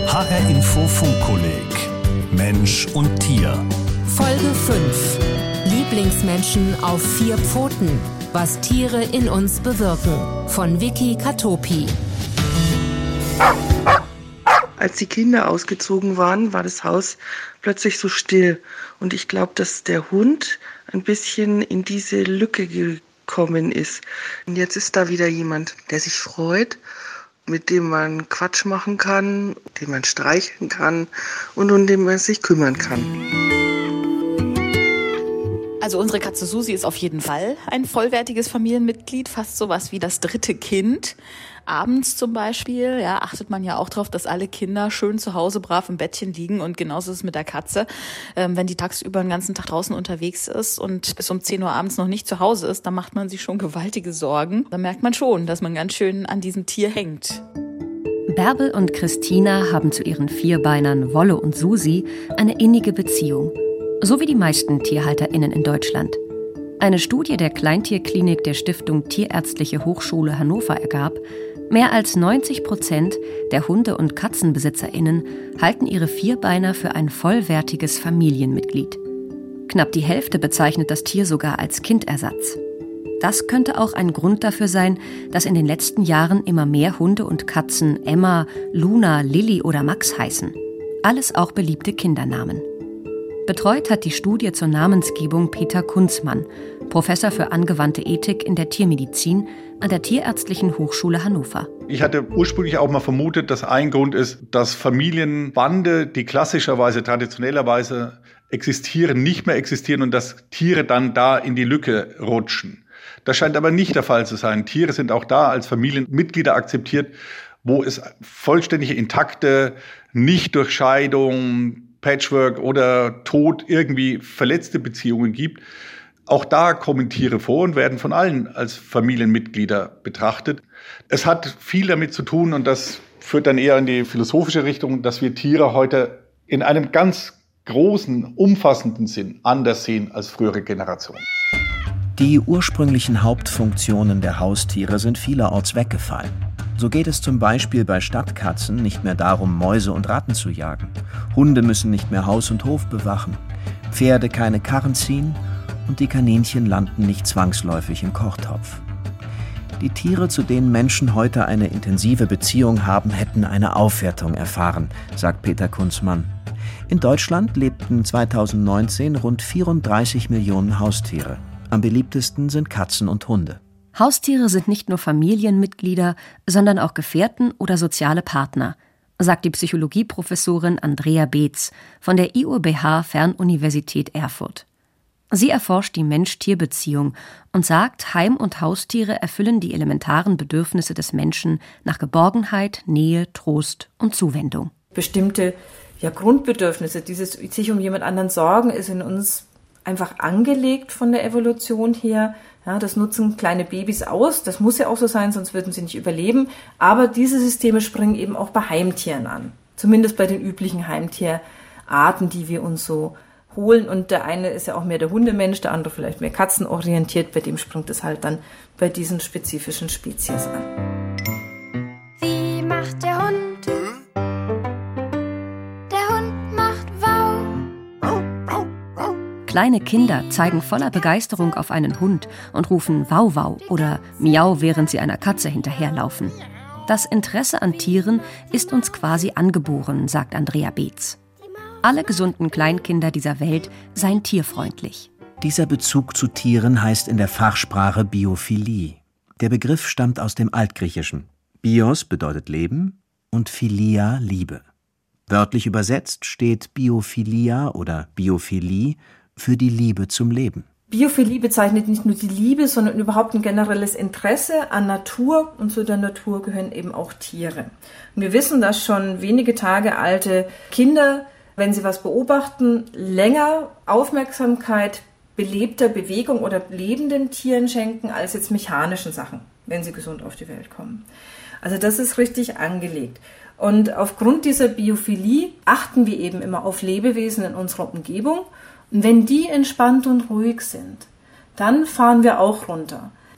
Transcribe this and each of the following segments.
HR Info Funkkolleg Mensch und Tier. Folge 5. Lieblingsmenschen auf 4 Pfoten. Was Tiere in uns bewirken. Von Vicky Katopi. Als die Kinder ausgezogen waren, war das Haus plötzlich so still. Und ich glaube, dass der Hund ein bisschen in diese Lücke gekommen ist. Und jetzt ist da wieder jemand, der sich freut, mit dem man Quatsch machen kann, den man streicheln kann und um den man sich kümmern kann. Also unsere Katze Susi ist auf jeden Fall ein vollwertiges Familienmitglied, fast sowas wie das 3. Kind. Abends zum Beispiel, achtet man ja auch darauf, dass alle Kinder schön zu Hause brav im Bettchen liegen, und genauso ist es mit der Katze. Wenn die tagsüber den ganzen Tag draußen unterwegs ist und bis um 10 Uhr abends noch nicht zu Hause ist, dann macht man sich schon gewaltige Sorgen. Da merkt man schon, dass man ganz schön an diesem Tier hängt. Bärbel und Christina haben zu ihren Vierbeinern Wolle und Susi eine innige Beziehung. So wie die meisten TierhalterInnen in Deutschland. Eine Studie der Kleintierklinik der Stiftung Tierärztliche Hochschule Hannover ergab, mehr als 90% der Hunde- und KatzenbesitzerInnen halten ihre Vierbeiner für ein vollwertiges Familienmitglied. Knapp die Hälfte bezeichnet das Tier sogar als Kindersatz. Das könnte auch ein Grund dafür sein, dass in den letzten Jahren immer mehr Hunde und Katzen Emma, Luna, Lilly oder Max heißen. Alles auch beliebte Kindernamen. Betreut hat die Studie zur Namensgebung Peter Kunzmann, Professor für angewandte Ethik in der Tiermedizin an der Tierärztlichen Hochschule Hannover. Ich hatte ursprünglich auch mal vermutet, dass ein Grund ist, dass Familienbande, die klassischerweise, traditionellerweise existieren, nicht mehr existieren und dass Tiere dann da in die Lücke rutschen. Das scheint aber nicht der Fall zu sein. Tiere sind auch da als Familienmitglieder akzeptiert, wo es vollständige, intakte, nicht durch Scheidung, Patchwork oder Tod irgendwie verletzte Beziehungen gibt. Auch da kommen Tiere vor und werden von allen als Familienmitglieder betrachtet. Es hat viel damit zu tun, und das führt dann eher in die philosophische Richtung, dass wir Tiere heute in einem ganz großen, umfassenden Sinn anders sehen als frühere Generationen. Die ursprünglichen Hauptfunktionen der Haustiere sind vielerorts weggefallen. So geht es zum Beispiel bei Stadtkatzen nicht mehr darum, Mäuse und Ratten zu jagen. Hunde müssen nicht mehr Haus und Hof bewachen, Pferde keine Karren ziehen und die Kaninchen landen nicht zwangsläufig im Kochtopf. Die Tiere, zu denen Menschen heute eine intensive Beziehung haben, hätten eine Aufwertung erfahren, sagt Peter Kunzmann. In Deutschland lebten 2019 rund 34 Millionen Haustiere. Am beliebtesten sind Katzen und Hunde. Haustiere sind nicht nur Familienmitglieder, sondern auch Gefährten oder soziale Partner, sagt die Psychologieprofessorin Andrea Beetz von der IUBH Fernuniversität Erfurt. Sie erforscht die Mensch-Tier-Beziehung und sagt, Heim- und Haustiere erfüllen die elementaren Bedürfnisse des Menschen nach Geborgenheit, Nähe, Trost und Zuwendung. Bestimmte Grundbedürfnisse, dieses sich um jemand anderen sorgen, ist in uns einfach angelegt von der Evolution her. Ja, das nutzen kleine Babys aus. Das muss ja auch so sein, sonst würden sie nicht überleben. Aber diese Systeme springen eben auch bei Heimtieren an. Zumindest bei den üblichen Heimtierarten, die wir uns so holen. Und der eine ist ja auch mehr der Hundemensch, der andere vielleicht mehr katzenorientiert. Bei dem springt es halt dann bei diesen spezifischen Spezies an. Wie macht der Hund? Der Hund macht Wow. Kleine Kinder zeigen voller Begeisterung auf einen Hund und rufen Wow Wow oder Miau, während sie einer Katze hinterherlaufen. Das Interesse an Tieren ist uns quasi angeboren, sagt Andrea Beetz. Alle gesunden Kleinkinder dieser Welt seien tierfreundlich. Dieser Bezug zu Tieren heißt in der Fachsprache Biophilie. Der Begriff stammt aus dem Altgriechischen. Bios bedeutet Leben und Philia Liebe. Wörtlich übersetzt steht Biophilia oder Biophilie für die Liebe zum Leben. Biophilie bezeichnet nicht nur die Liebe, sondern überhaupt ein generelles Interesse an Natur, und zu der Natur gehören eben auch Tiere. Und wir wissen, dass schon wenige Tage alte Kinder, wenn sie was beobachten, länger Aufmerksamkeit belebter Bewegung oder lebenden Tieren schenken als jetzt mechanischen Sachen, wenn sie gesund auf die Welt kommen. Also das ist richtig angelegt. Und aufgrund dieser Biophilie achten wir eben immer auf Lebewesen in unserer Umgebung. Und wenn die entspannt und ruhig sind, dann fahren wir auch runter.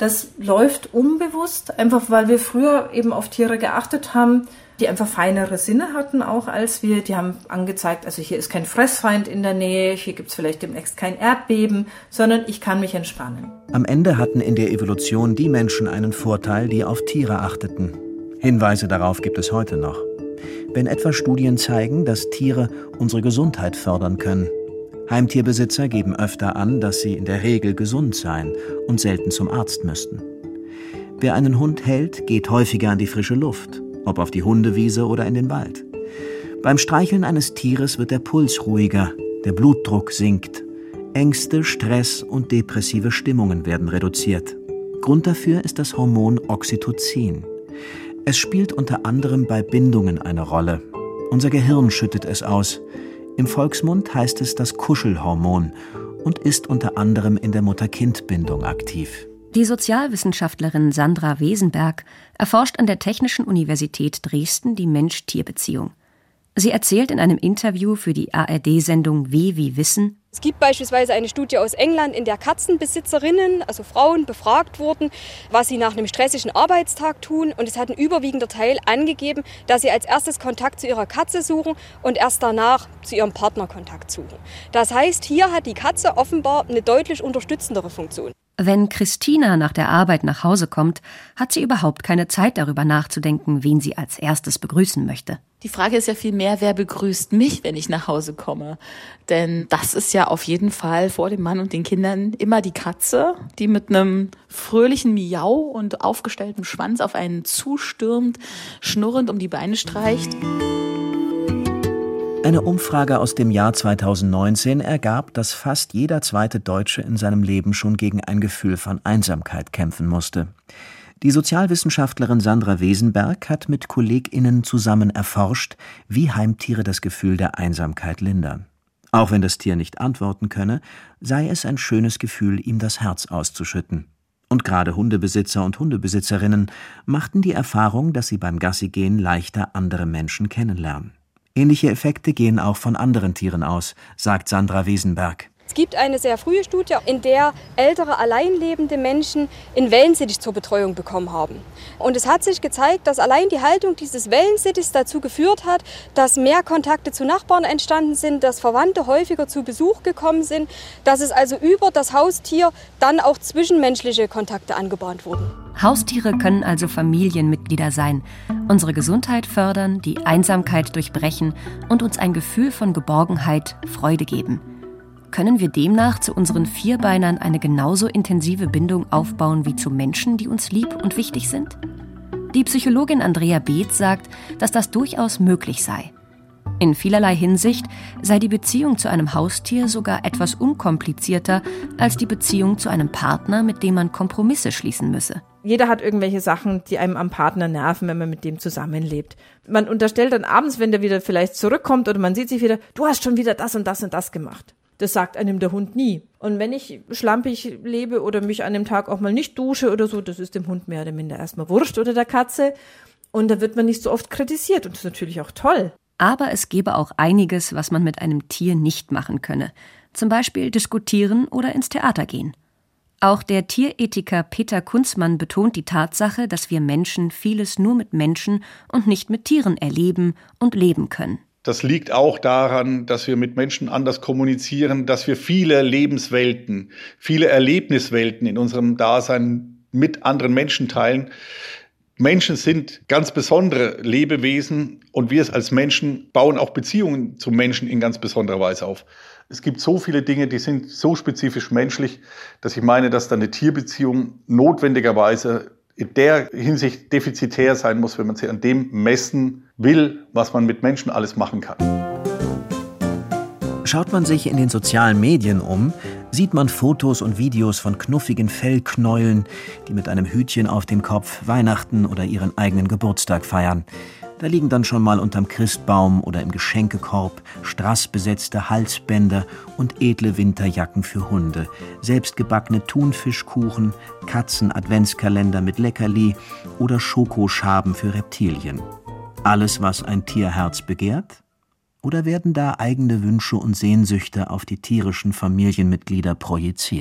Das läuft unbewusst, einfach weil wir früher eben auf Tiere geachtet haben, die einfach feinere Sinne hatten auch als wir. Die haben angezeigt, also hier ist kein Fressfeind in der Nähe, hier gibt es vielleicht demnächst kein Erdbeben, sondern ich kann mich entspannen. Am Ende hatten in der Evolution die Menschen einen Vorteil, die auf Tiere achteten. Hinweise darauf gibt es heute noch. Wenn etwa Studien zeigen, dass Tiere unsere Gesundheit fördern können. Heimtierbesitzer geben öfter an, dass sie in der Regel gesund seien und selten zum Arzt müssten. Wer einen Hund hält, geht häufiger an die frische Luft, ob auf die Hundewiese oder in den Wald. Beim Streicheln eines Tieres wird der Puls ruhiger, der Blutdruck sinkt. Ängste, Stress und depressive Stimmungen werden reduziert. Grund dafür ist das Hormon Oxytocin. Es spielt unter anderem bei Bindungen eine Rolle. Unser Gehirn schüttet es aus. Im Volksmund heißt es das Kuschelhormon und ist unter anderem in der Mutter-Kind-Bindung aktiv. Die Sozialwissenschaftlerin Sandra Wesenberg erforscht an der Technischen Universität Dresden die Mensch-Tier-Beziehung. Sie erzählt in einem Interview für die ARD-Sendung W wie Wissen: Es gibt beispielsweise eine Studie aus England, in der Katzenbesitzerinnen, also Frauen, befragt wurden, was sie nach einem stressigen Arbeitstag tun. Und es hat ein überwiegender Teil angegeben, dass sie als erstes Kontakt zu ihrer Katze suchen und erst danach zu ihrem Partner Kontakt suchen. Das heißt, hier hat die Katze offenbar eine deutlich unterstützendere Funktion. Wenn Christina nach der Arbeit nach Hause kommt, hat sie überhaupt keine Zeit, darüber nachzudenken, wen sie als erstes begrüßen möchte. Die Frage ist ja vielmehr, wer begrüßt mich, wenn ich nach Hause komme? Denn das ist ja auf jeden Fall vor dem Mann und den Kindern immer die Katze, die mit einem fröhlichen Miau und aufgestelltem Schwanz auf einen zustürmt, schnurrend um die Beine streicht. Eine Umfrage aus dem Jahr 2019 ergab, dass fast jeder zweite Deutsche in seinem Leben schon gegen ein Gefühl von Einsamkeit kämpfen musste. Die Sozialwissenschaftlerin Sandra Wesenberg hat mit KollegInnen zusammen erforscht, wie Heimtiere das Gefühl der Einsamkeit lindern. Auch wenn das Tier nicht antworten könne, sei es ein schönes Gefühl, ihm das Herz auszuschütten. Und gerade Hundebesitzer und Hundebesitzerinnen machten die Erfahrung, dass sie beim Gassigehen leichter andere Menschen kennenlernen. Ähnliche Effekte gehen auch von anderen Tieren aus, sagt Sandra Wesenberg. Es gibt eine sehr frühe Studie, in der ältere, alleinlebende Menschen einen Wellensittich zur Betreuung bekommen haben. Und es hat sich gezeigt, dass allein die Haltung dieses Wellensittichs dazu geführt hat, dass mehr Kontakte zu Nachbarn entstanden sind, dass Verwandte häufiger zu Besuch gekommen sind, dass es also über das Haustier dann auch zwischenmenschliche Kontakte angebahnt wurden. Haustiere können also Familienmitglieder sein, unsere Gesundheit fördern, die Einsamkeit durchbrechen und uns ein Gefühl von Geborgenheit, Freude geben. Können wir demnach zu unseren Vierbeinern eine genauso intensive Bindung aufbauen wie zu Menschen, die uns lieb und wichtig sind? Die Psychologin Andrea Beeth sagt, dass das durchaus möglich sei. In vielerlei Hinsicht sei die Beziehung zu einem Haustier sogar etwas unkomplizierter als die Beziehung zu einem Partner, mit dem man Kompromisse schließen müsse. Jeder hat irgendwelche Sachen, die einem am Partner nerven, wenn man mit dem zusammenlebt. Man unterstellt dann abends, wenn der wieder vielleicht zurückkommt oder man sieht sich wieder, du hast schon wieder das und das und das gemacht. Das sagt einem der Hund nie. Und wenn ich schlampig lebe oder mich an dem Tag auch mal nicht dusche oder so, das ist dem Hund mehr oder minder erstmal wurscht oder der Katze. Und da wird man nicht so oft kritisiert und das ist natürlich auch toll. Aber es gäbe auch einiges, was man mit einem Tier nicht machen könne. Zum Beispiel diskutieren oder ins Theater gehen. Auch der Tierethiker Peter Kunzmann betont die Tatsache, dass wir Menschen vieles nur mit Menschen und nicht mit Tieren erleben und leben können. Das liegt auch daran, dass wir mit Menschen anders kommunizieren, dass wir viele Lebenswelten, viele Erlebniswelten in unserem Dasein mit anderen Menschen teilen. Menschen sind ganz besondere Lebewesen und wir als Menschen bauen auch Beziehungen zu Menschen in ganz besonderer Weise auf. Es gibt so viele Dinge, die sind so spezifisch menschlich, dass ich meine, dass da eine Tierbeziehung notwendigerweise in der Hinsicht defizitär sein muss, wenn man sie an dem messen will, was man mit Menschen alles machen kann. Schaut man sich in den sozialen Medien um, sieht man Fotos und Videos von knuffigen Fellknäulen, die mit einem Hütchen auf dem Kopf Weihnachten oder ihren eigenen Geburtstag feiern. Da liegen dann schon mal unterm Christbaum oder im Geschenkekorb strassbesetzte Halsbänder und edle Winterjacken für Hunde, selbstgebackene Thunfischkuchen, Katzen-Adventskalender mit Leckerli oder Schokoschaben für Reptilien. Alles, was ein Tierherz begehrt? Oder werden da eigene Wünsche und Sehnsüchte auf die tierischen Familienmitglieder projiziert?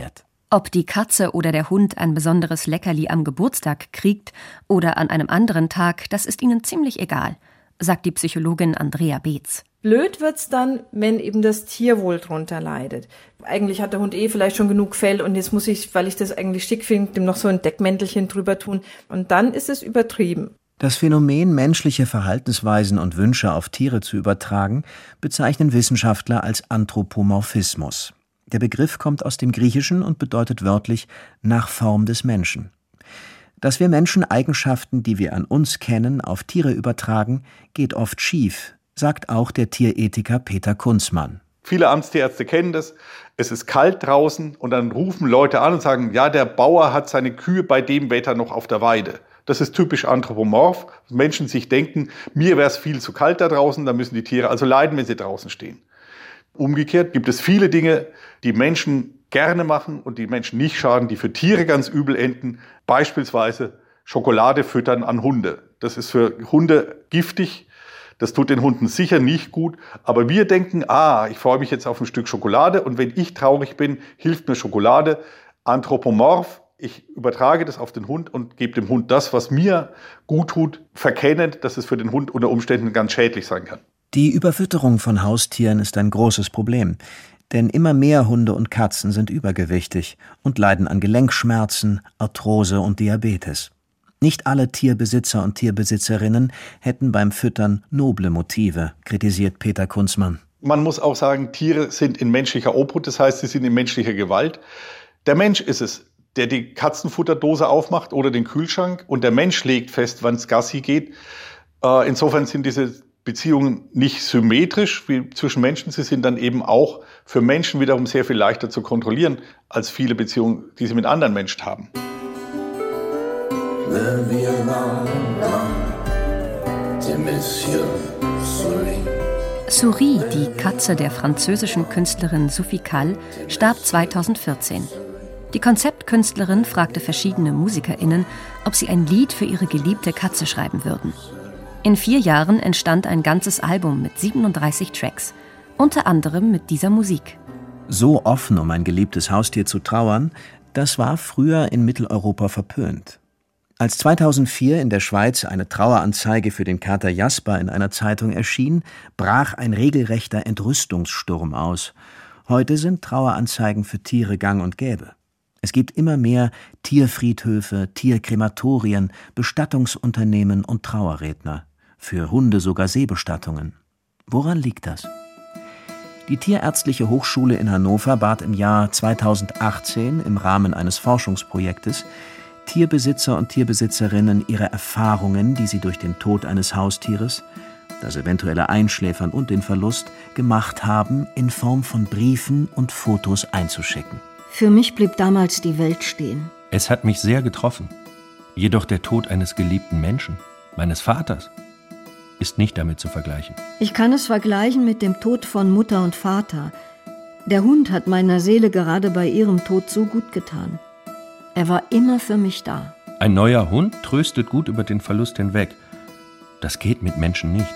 Ob die Katze oder der Hund ein besonderes Leckerli am Geburtstag kriegt oder an einem anderen Tag, das ist ihnen ziemlich egal, sagt die Psychologin Andrea Beetz. Blöd wird's dann, wenn eben das Tierwohl drunter leidet. Eigentlich hat der Hund vielleicht schon genug Fell und jetzt muss ich, weil ich das eigentlich schick finde, dem noch so ein Deckmäntelchen drüber tun. Und dann ist es übertrieben. Das Phänomen, menschliche Verhaltensweisen und Wünsche auf Tiere zu übertragen, bezeichnen Wissenschaftler als Anthropomorphismus. Der Begriff kommt aus dem Griechischen und bedeutet wörtlich nach Form des Menschen. Dass wir Menschen Eigenschaften, die wir an uns kennen, auf Tiere übertragen, geht oft schief, sagt auch der Tierethiker Peter Kunzmann. Viele Amtstierärzte kennen das. Es ist kalt draußen und dann rufen Leute an und sagen, ja, der Bauer hat seine Kühe bei dem Wetter noch auf der Weide. Das ist typisch anthropomorph. Menschen sich denken, mir wäre es viel zu kalt da draußen, da müssen die Tiere also leiden, wenn sie draußen stehen. Umgekehrt gibt es viele Dinge, die Menschen gerne machen und die Menschen nicht schaden, die für Tiere ganz übel enden. Beispielsweise Schokolade füttern an Hunde. Das ist für Hunde giftig. Das tut den Hunden sicher nicht gut. Aber wir denken, ich freue mich jetzt auf ein Stück Schokolade und wenn ich traurig bin, hilft mir Schokolade. Anthropomorph. Ich übertrage das auf den Hund und gebe dem Hund das, was mir gut tut, verkennend, dass es für den Hund unter Umständen ganz schädlich sein kann. Die Überfütterung von Haustieren ist ein großes Problem, denn immer mehr Hunde und Katzen sind übergewichtig und leiden an Gelenkschmerzen, Arthrose und Diabetes. Nicht alle Tierbesitzer und Tierbesitzerinnen hätten beim Füttern noble Motive, kritisiert Peter Kunzmann. Man muss auch sagen, Tiere sind in menschlicher Obhut, das heißt, sie sind in menschlicher Gewalt. Der Mensch ist es, der die Katzenfutterdose aufmacht oder den Kühlschrank und der Mensch legt fest, wann es Gassi geht. Insofern sind diese Beziehungen nicht symmetrisch wie zwischen Menschen. Sie sind dann eben auch für Menschen wiederum sehr viel leichter zu kontrollieren als viele Beziehungen, die sie mit anderen Menschen haben. Souris, die Katze der französischen Künstlerin Sophie Calle, starb 2014. Die Konzeptkünstlerin fragte verschiedene MusikerInnen, ob sie ein Lied für ihre geliebte Katze schreiben würden. In 4 Jahren entstand ein ganzes Album mit 37 Tracks, unter anderem mit dieser Musik. So offen um ein geliebtes Haustier zu trauern, das war früher in Mitteleuropa verpönt. Als 2004 in der Schweiz eine Traueranzeige für den Kater Jasper in einer Zeitung erschien, brach ein regelrechter Entrüstungssturm aus. Heute sind Traueranzeigen für Tiere gang und gäbe. Es gibt immer mehr Tierfriedhöfe, Tierkrematorien, Bestattungsunternehmen und Trauerredner. Für Hunde sogar Seebestattungen. Woran liegt das? Die Tierärztliche Hochschule in Hannover bat im Jahr 2018 im Rahmen eines Forschungsprojektes Tierbesitzer und Tierbesitzerinnen ihre Erfahrungen, die sie durch den Tod eines Haustieres, das eventuelle Einschläfern und den Verlust gemacht haben, in Form von Briefen und Fotos einzuschicken. Für mich blieb damals die Welt stehen. Es hat mich sehr getroffen. Jedoch der Tod eines geliebten Menschen, meines Vaters, ist nicht damit zu vergleichen. Ich kann es vergleichen mit dem Tod von Mutter und Vater. Der Hund hat meiner Seele gerade bei ihrem Tod so gut getan. Er war immer für mich da. Ein neuer Hund tröstet gut über den Verlust hinweg. Das geht mit Menschen nicht.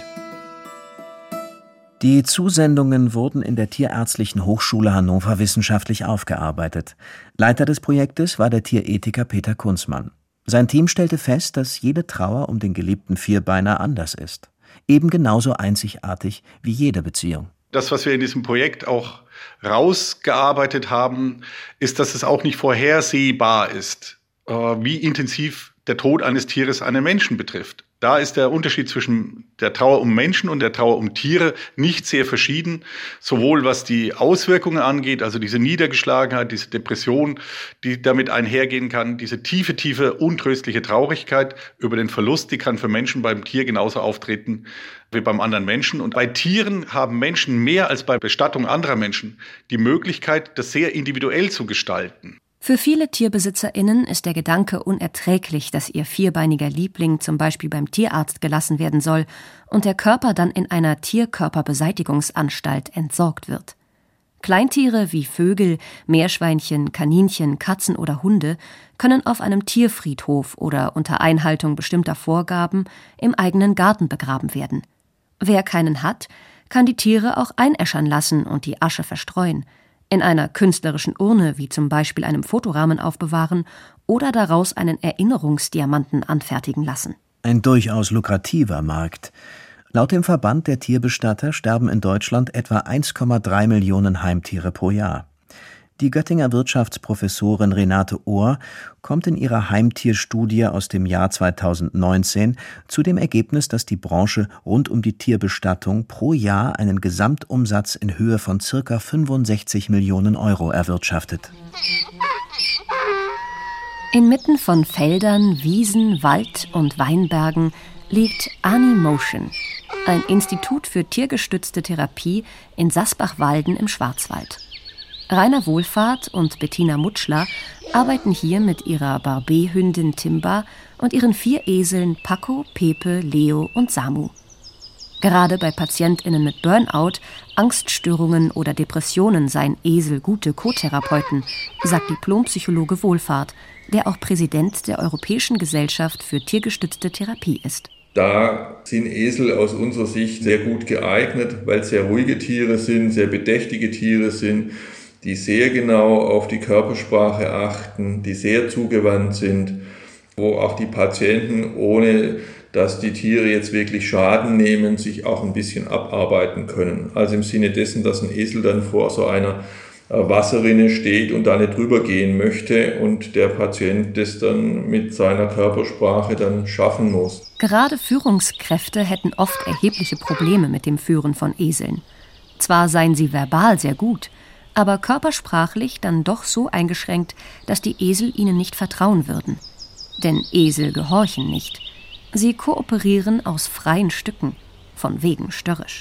Die Zusendungen wurden in der Tierärztlichen Hochschule Hannover wissenschaftlich aufgearbeitet. Leiter des Projektes war der Tierethiker Peter Kunzmann. Sein Team stellte fest, dass jede Trauer um den geliebten Vierbeiner anders ist. Eben genauso einzigartig wie jede Beziehung. Das, was wir in diesem Projekt auch rausgearbeitet haben, ist, dass es auch nicht vorhersehbar ist, wie intensiv der Tod eines Tieres einen Menschen betrifft. Da ist der Unterschied zwischen der Trauer um Menschen und der Trauer um Tiere nicht sehr verschieden, sowohl was die Auswirkungen angeht, also diese Niedergeschlagenheit, diese Depression, die damit einhergehen kann, diese tiefe, untröstliche Traurigkeit über den Verlust, die kann für Menschen beim Tier genauso auftreten wie beim anderen Menschen. Und bei Tieren haben Menschen mehr als bei Bestattung anderer Menschen die Möglichkeit, das sehr individuell zu gestalten. Für viele TierbesitzerInnen ist der Gedanke unerträglich, dass ihr vierbeiniger Liebling zum Beispiel beim Tierarzt gelassen werden soll und der Körper dann in einer Tierkörperbeseitigungsanstalt entsorgt wird. Kleintiere wie Vögel, Meerschweinchen, Kaninchen, Katzen oder Hunde können auf einem Tierfriedhof oder unter Einhaltung bestimmter Vorgaben im eigenen Garten begraben werden. Wer keinen hat, kann die Tiere auch einäschern lassen und die Asche verstreuen. in einer künstlerischen Urne wie zum Beispiel einem Fotorahmen aufbewahren oder daraus einen Erinnerungsdiamanten anfertigen lassen. Ein durchaus lukrativer Markt. Laut dem Verband der Tierbestatter sterben in Deutschland etwa 1,3 Millionen Heimtiere pro Jahr. Die Göttinger Wirtschaftsprofessorin Renate Ohr kommt in ihrer Heimtierstudie aus dem Jahr 2019 zu dem Ergebnis, dass die Branche rund um die Tierbestattung pro Jahr einen Gesamtumsatz in Höhe von ca. 65 Millionen Euro erwirtschaftet. Inmitten von Feldern, Wiesen, Wald und Weinbergen liegt Animotion, ein Institut für tiergestützte Therapie in Sasbach-Walden im Schwarzwald. Rainer Wohlfahrt und Bettina Mutschler arbeiten hier mit ihrer Barbet-Hündin Timba und ihren 4 Eseln Paco, Pepe, Leo und Samu. Gerade bei PatientInnen mit Burnout, Angststörungen oder Depressionen seien Esel gute Co-Therapeuten, sagt Diplompsychologe Wohlfahrt, der auch Präsident der Europäischen Gesellschaft für tiergestützte Therapie ist. Da sind Esel aus unserer Sicht sehr gut geeignet, weil es sehr ruhige Tiere sind, sehr bedächtige Tiere sind, die sehr genau auf die Körpersprache achten, die sehr zugewandt sind, wo auch die Patienten, ohne dass die Tiere jetzt wirklich Schaden nehmen, sich auch ein bisschen abarbeiten können. Also im Sinne dessen, dass ein Esel dann vor so einer Wasserrinne steht und da nicht drüber gehen möchte und der Patient das dann mit seiner Körpersprache dann schaffen muss. Gerade Führungskräfte hätten oft erhebliche Probleme mit dem Führen von Eseln. Zwar seien sie verbal sehr gut, aber körpersprachlich dann doch so eingeschränkt, dass die Esel ihnen nicht vertrauen würden. Denn Esel gehorchen nicht. Sie kooperieren aus freien Stücken, von wegen störrisch.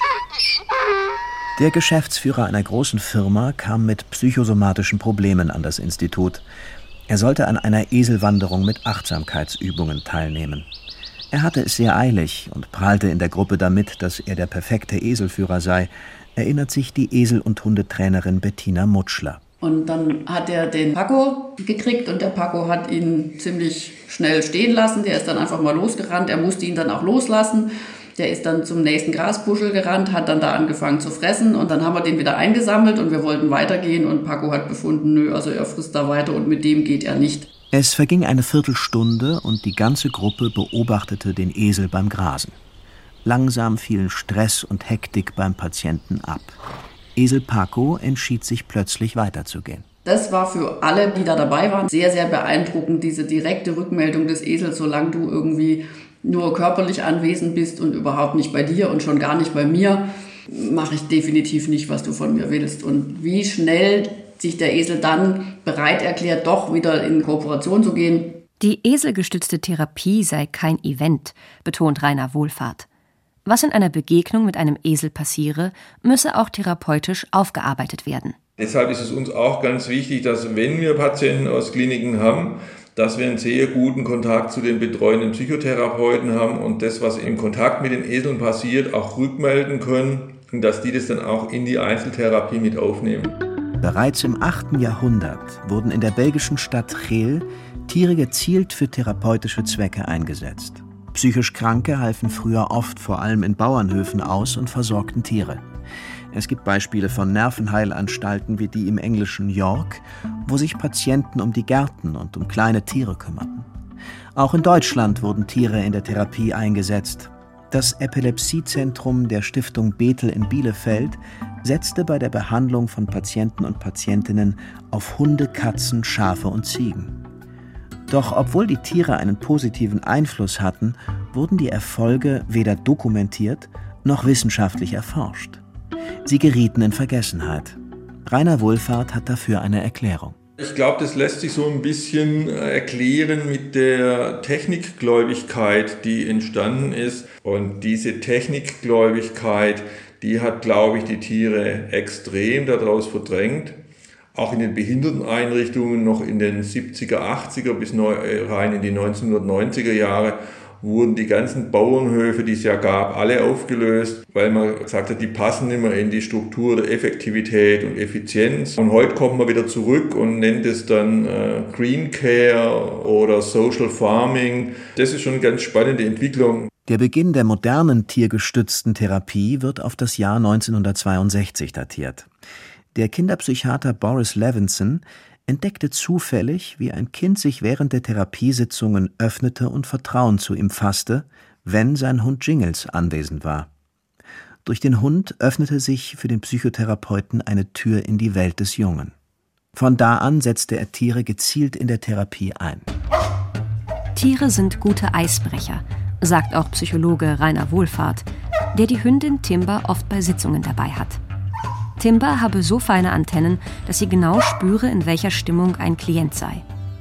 Der Geschäftsführer einer großen Firma kam mit psychosomatischen Problemen an das Institut. Er sollte an einer Eselwanderung mit Achtsamkeitsübungen teilnehmen. Er hatte es sehr eilig und prahlte in der Gruppe damit, dass er der perfekte Eselführer sei, erinnert sich die Esel- und Hundetrainerin Bettina Mutschler. Und dann hat er den Paco gekriegt und der Paco hat ihn ziemlich schnell stehen lassen. Der ist dann einfach mal losgerannt. Er musste ihn dann auch loslassen. Der ist dann zum nächsten Grasbuschel gerannt, hat dann da angefangen zu fressen und dann haben wir den wieder eingesammelt und wir wollten weitergehen und Paco hat befunden, nö, also er frisst da weiter und mit dem geht er nicht. Es verging eine Viertelstunde und die ganze Gruppe beobachtete den Esel beim Grasen. Langsam fielen Stress und Hektik beim Patienten ab. Esel Paco entschied sich plötzlich weiterzugehen. Das war für alle, die da dabei waren, sehr, sehr beeindruckend, diese direkte Rückmeldung des Esels, solange du irgendwie nur körperlich anwesend bist und überhaupt nicht bei dir und schon gar nicht bei mir, mache ich definitiv nicht, was du von mir willst. Und wie schnell sich der Esel dann bereit erklärt, doch wieder in Kooperation zu gehen. Die eselgestützte Therapie sei kein Event, betont Rainer Wohlfahrt. Was in einer Begegnung mit einem Esel passiere, müsse auch therapeutisch aufgearbeitet werden. Deshalb ist es uns auch ganz wichtig, dass wenn wir Patienten aus Kliniken haben, dass wir einen sehr guten Kontakt zu den betreuenden Psychotherapeuten haben und das, was im Kontakt mit den Eseln passiert, auch rückmelden können und dass die das dann auch in die Einzeltherapie mit aufnehmen. Bereits im 8. Jahrhundert wurden in der belgischen Stadt Geel Tiere gezielt für therapeutische Zwecke eingesetzt. Psychisch Kranke halfen früher oft vor allem in Bauernhöfen aus und versorgten Tiere. Es gibt Beispiele von Nervenheilanstalten wie die im englischen York, wo sich Patienten um die Gärten und um kleine Tiere kümmerten. Auch in Deutschland wurden Tiere in der Therapie eingesetzt. Das Epilepsiezentrum der Stiftung Bethel in Bielefeld setzte bei der Behandlung von Patienten und Patientinnen auf Hunde, Katzen, Schafe und Ziegen. Doch obwohl die Tiere einen positiven Einfluss hatten, wurden die Erfolge weder dokumentiert noch wissenschaftlich erforscht. Sie gerieten in Vergessenheit. Rainer Wohlfahrt hat dafür eine Erklärung. Ich glaube, das lässt sich so ein bisschen erklären mit der Technikgläubigkeit, die entstanden ist. Und diese Technikgläubigkeit, die hat, glaube ich, die Tiere extrem daraus verdrängt. Auch in den Behinderteneinrichtungen noch in den 70er, 80er bis rein in die 1990er Jahre wurden die ganzen Bauernhöfe, die es ja gab, alle aufgelöst, weil man gesagt hat, die passen nicht mehr in die Struktur der Effektivität und Effizienz. Und heute kommt man wieder zurück und nennt es dann Green Care oder Social Farming. Das ist schon eine ganz spannende Entwicklung. Der Beginn der modernen tiergestützten Therapie wird auf das Jahr 1962 datiert. Der Kinderpsychiater Boris Levinson entdeckte zufällig, wie ein Kind sich während der Therapiesitzungen öffnete und Vertrauen zu ihm fasste, wenn sein Hund Jingles anwesend war. Durch den Hund öffnete sich für den Psychotherapeuten eine Tür in die Welt des Jungen. Von da an setzte er Tiere gezielt in der Therapie ein. Tiere sind gute Eisbrecher, sagt auch Psychologe Rainer Wohlfahrt, der die Hündin Timber oft bei Sitzungen dabei hat. Timber habe so feine Antennen, dass sie genau spüre, in welcher Stimmung ein Klient sei.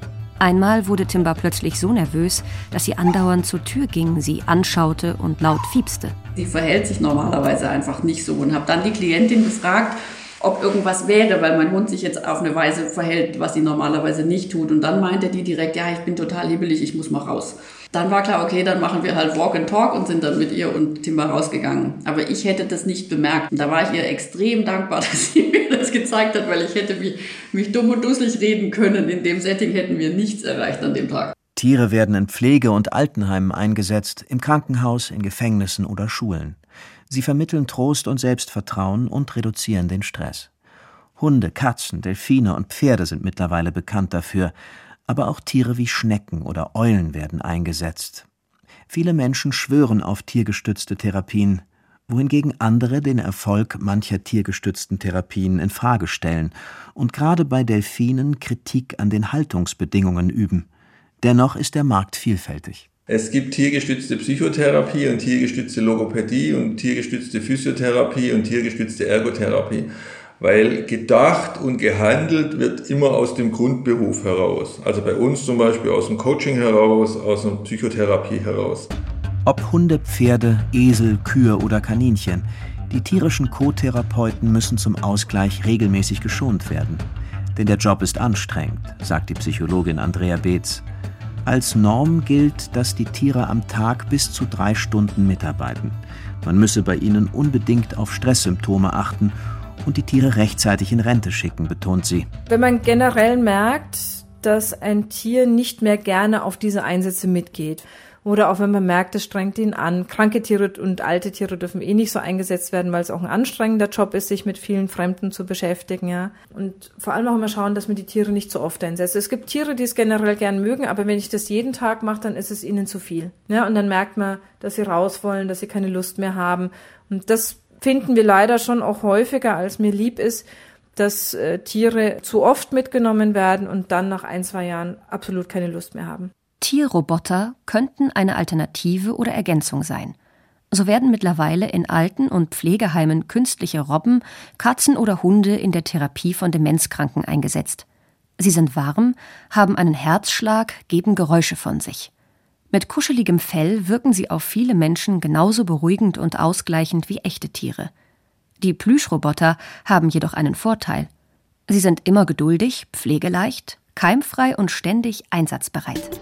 Einmal wurde Timber plötzlich so nervös, dass sie andauernd zur Tür ging, sie anschaute und laut fiepste. Sie verhält sich normalerweise einfach nicht so und habe dann die Klientin gefragt, ob irgendwas wäre, weil mein Hund sich jetzt auf eine Weise verhält, was sie normalerweise nicht tut. Und dann meinte die direkt, ja, ich bin total hibbelig, ich muss mal raus. Dann war klar, okay, dann machen wir halt Walk and Talk und sind dann mit ihr und Timber rausgegangen. Aber ich hätte das nicht bemerkt. Und da war ich ihr extrem dankbar, dass sie mir das gezeigt hat, weil ich hätte mich dumm und dusselig reden können. In dem Setting hätten wir nichts erreicht an dem Tag. Tiere werden in Pflege- und Altenheimen eingesetzt, im Krankenhaus, in Gefängnissen oder Schulen. Sie vermitteln Trost und Selbstvertrauen und reduzieren den Stress. Hunde, Katzen, Delfine und Pferde sind mittlerweile bekannt dafür, aber auch Tiere wie Schnecken oder Eulen werden eingesetzt. Viele Menschen schwören auf tiergestützte Therapien, wohingegen andere den Erfolg mancher tiergestützten Therapien in Frage stellen und gerade bei Delfinen Kritik an den Haltungsbedingungen üben. Dennoch ist der Markt vielfältig. Es gibt tiergestützte Psychotherapie und tiergestützte Logopädie und tiergestützte Physiotherapie und tiergestützte Ergotherapie. Weil gedacht und gehandelt wird immer aus dem Grundberuf heraus. Also bei uns zum Beispiel aus dem Coaching heraus, aus der Psychotherapie heraus. Ob Hunde, Pferde, Esel, Kühe oder Kaninchen, die tierischen Co-Therapeuten müssen zum Ausgleich regelmäßig geschont werden. Denn der Job ist anstrengend, sagt die Psychologin Andrea Beetz. Als Norm gilt, dass die Tiere am Tag bis zu 3 Stunden mitarbeiten. Man müsse bei ihnen unbedingt auf Stresssymptome achten und die Tiere rechtzeitig in Rente schicken, betont sie. Wenn man generell merkt, dass ein Tier nicht mehr gerne auf diese Einsätze mitgeht, oder auch wenn man merkt, es strengt ihn an. Kranke Tiere und alte Tiere dürfen nicht so eingesetzt werden, weil es auch ein anstrengender Job ist, sich mit vielen Fremden zu beschäftigen. Ja. Und vor allem auch immer schauen, dass man die Tiere nicht so oft einsetzt. Es gibt Tiere, die es generell gern mögen, aber wenn ich das jeden Tag mache, dann ist es ihnen zu viel. Ja, und dann merkt man, dass sie raus wollen, dass sie keine Lust mehr haben. Und das finden wir leider schon auch häufiger, als mir lieb ist, dass Tiere zu oft mitgenommen werden und dann nach 1-2 Jahren absolut keine Lust mehr haben. Tierroboter könnten eine Alternative oder Ergänzung sein. So werden mittlerweile in Alten- und Pflegeheimen künstliche Robben, Katzen oder Hunde in der Therapie von Demenzkranken eingesetzt. Sie sind warm, haben einen Herzschlag, geben Geräusche von sich. Mit kuscheligem Fell wirken sie auf viele Menschen genauso beruhigend und ausgleichend wie echte Tiere. Die Plüschroboter haben jedoch einen Vorteil. Sie sind immer geduldig, pflegeleicht, keimfrei und ständig einsatzbereit.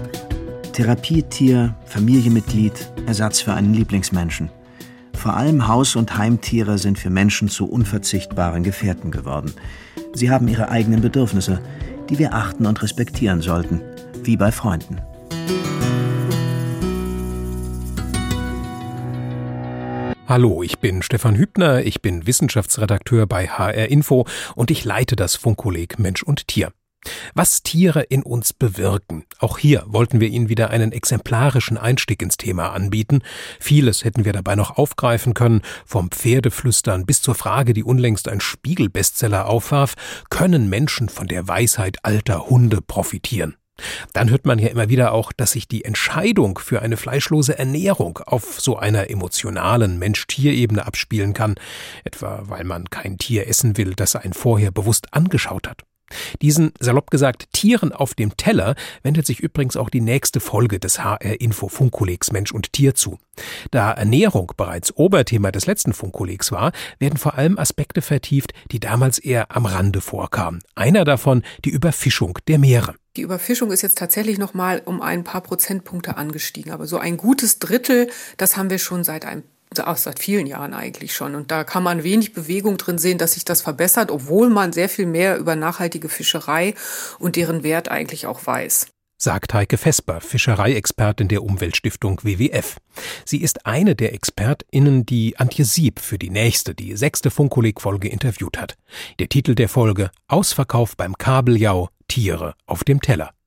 Therapietier, Familienmitglied, Ersatz für einen Lieblingsmenschen. Vor allem Haus- und Heimtiere sind für Menschen zu unverzichtbaren Gefährten geworden. Sie haben ihre eigenen Bedürfnisse, die wir achten und respektieren sollten, wie bei Freunden. Hallo, ich bin Stefan Hübner, ich bin Wissenschaftsredakteur bei HR Info und ich leite das Funkkolleg Mensch und Tier. Was Tiere in uns bewirken. Auch hier wollten wir Ihnen wieder einen exemplarischen Einstieg ins Thema anbieten. Vieles hätten wir dabei noch aufgreifen können, vom Pferdeflüstern bis zur Frage, die unlängst ein Spiegel-Bestseller aufwarf, können Menschen von der Weisheit alter Hunde profitieren? Dann hört man ja immer wieder auch, dass sich die Entscheidung für eine fleischlose Ernährung auf so einer emotionalen Mensch-Tier-Ebene abspielen kann, etwa weil man kein Tier essen will, das einen vorher bewusst angeschaut hat. Diesen, salopp gesagt, Tieren auf dem Teller wendet sich übrigens auch die nächste Folge des HR-Info-Funkkollegs Mensch und Tier zu. Da Ernährung bereits Oberthema des letzten Funkkollegs war, werden vor allem Aspekte vertieft, die damals eher am Rande vorkamen. Einer davon die Überfischung der Meere. Die Überfischung ist jetzt tatsächlich noch mal um ein paar Prozentpunkte angestiegen. Aber so ein gutes Drittel, das haben wir schon seit vielen Jahren eigentlich schon. Und da kann man wenig Bewegung drin sehen, dass sich das verbessert, obwohl man sehr viel mehr über nachhaltige Fischerei und deren Wert eigentlich auch weiß. sagt Heike Vesper, Fischereiexpertin der Umweltstiftung WWF. Sie ist eine der ExpertInnen, die Antje Sieb für die 6. Funkkolleg-Folge interviewt hat. Der Titel der Folge: Ausverkauf beim Kabeljau, Tiere auf dem Teller.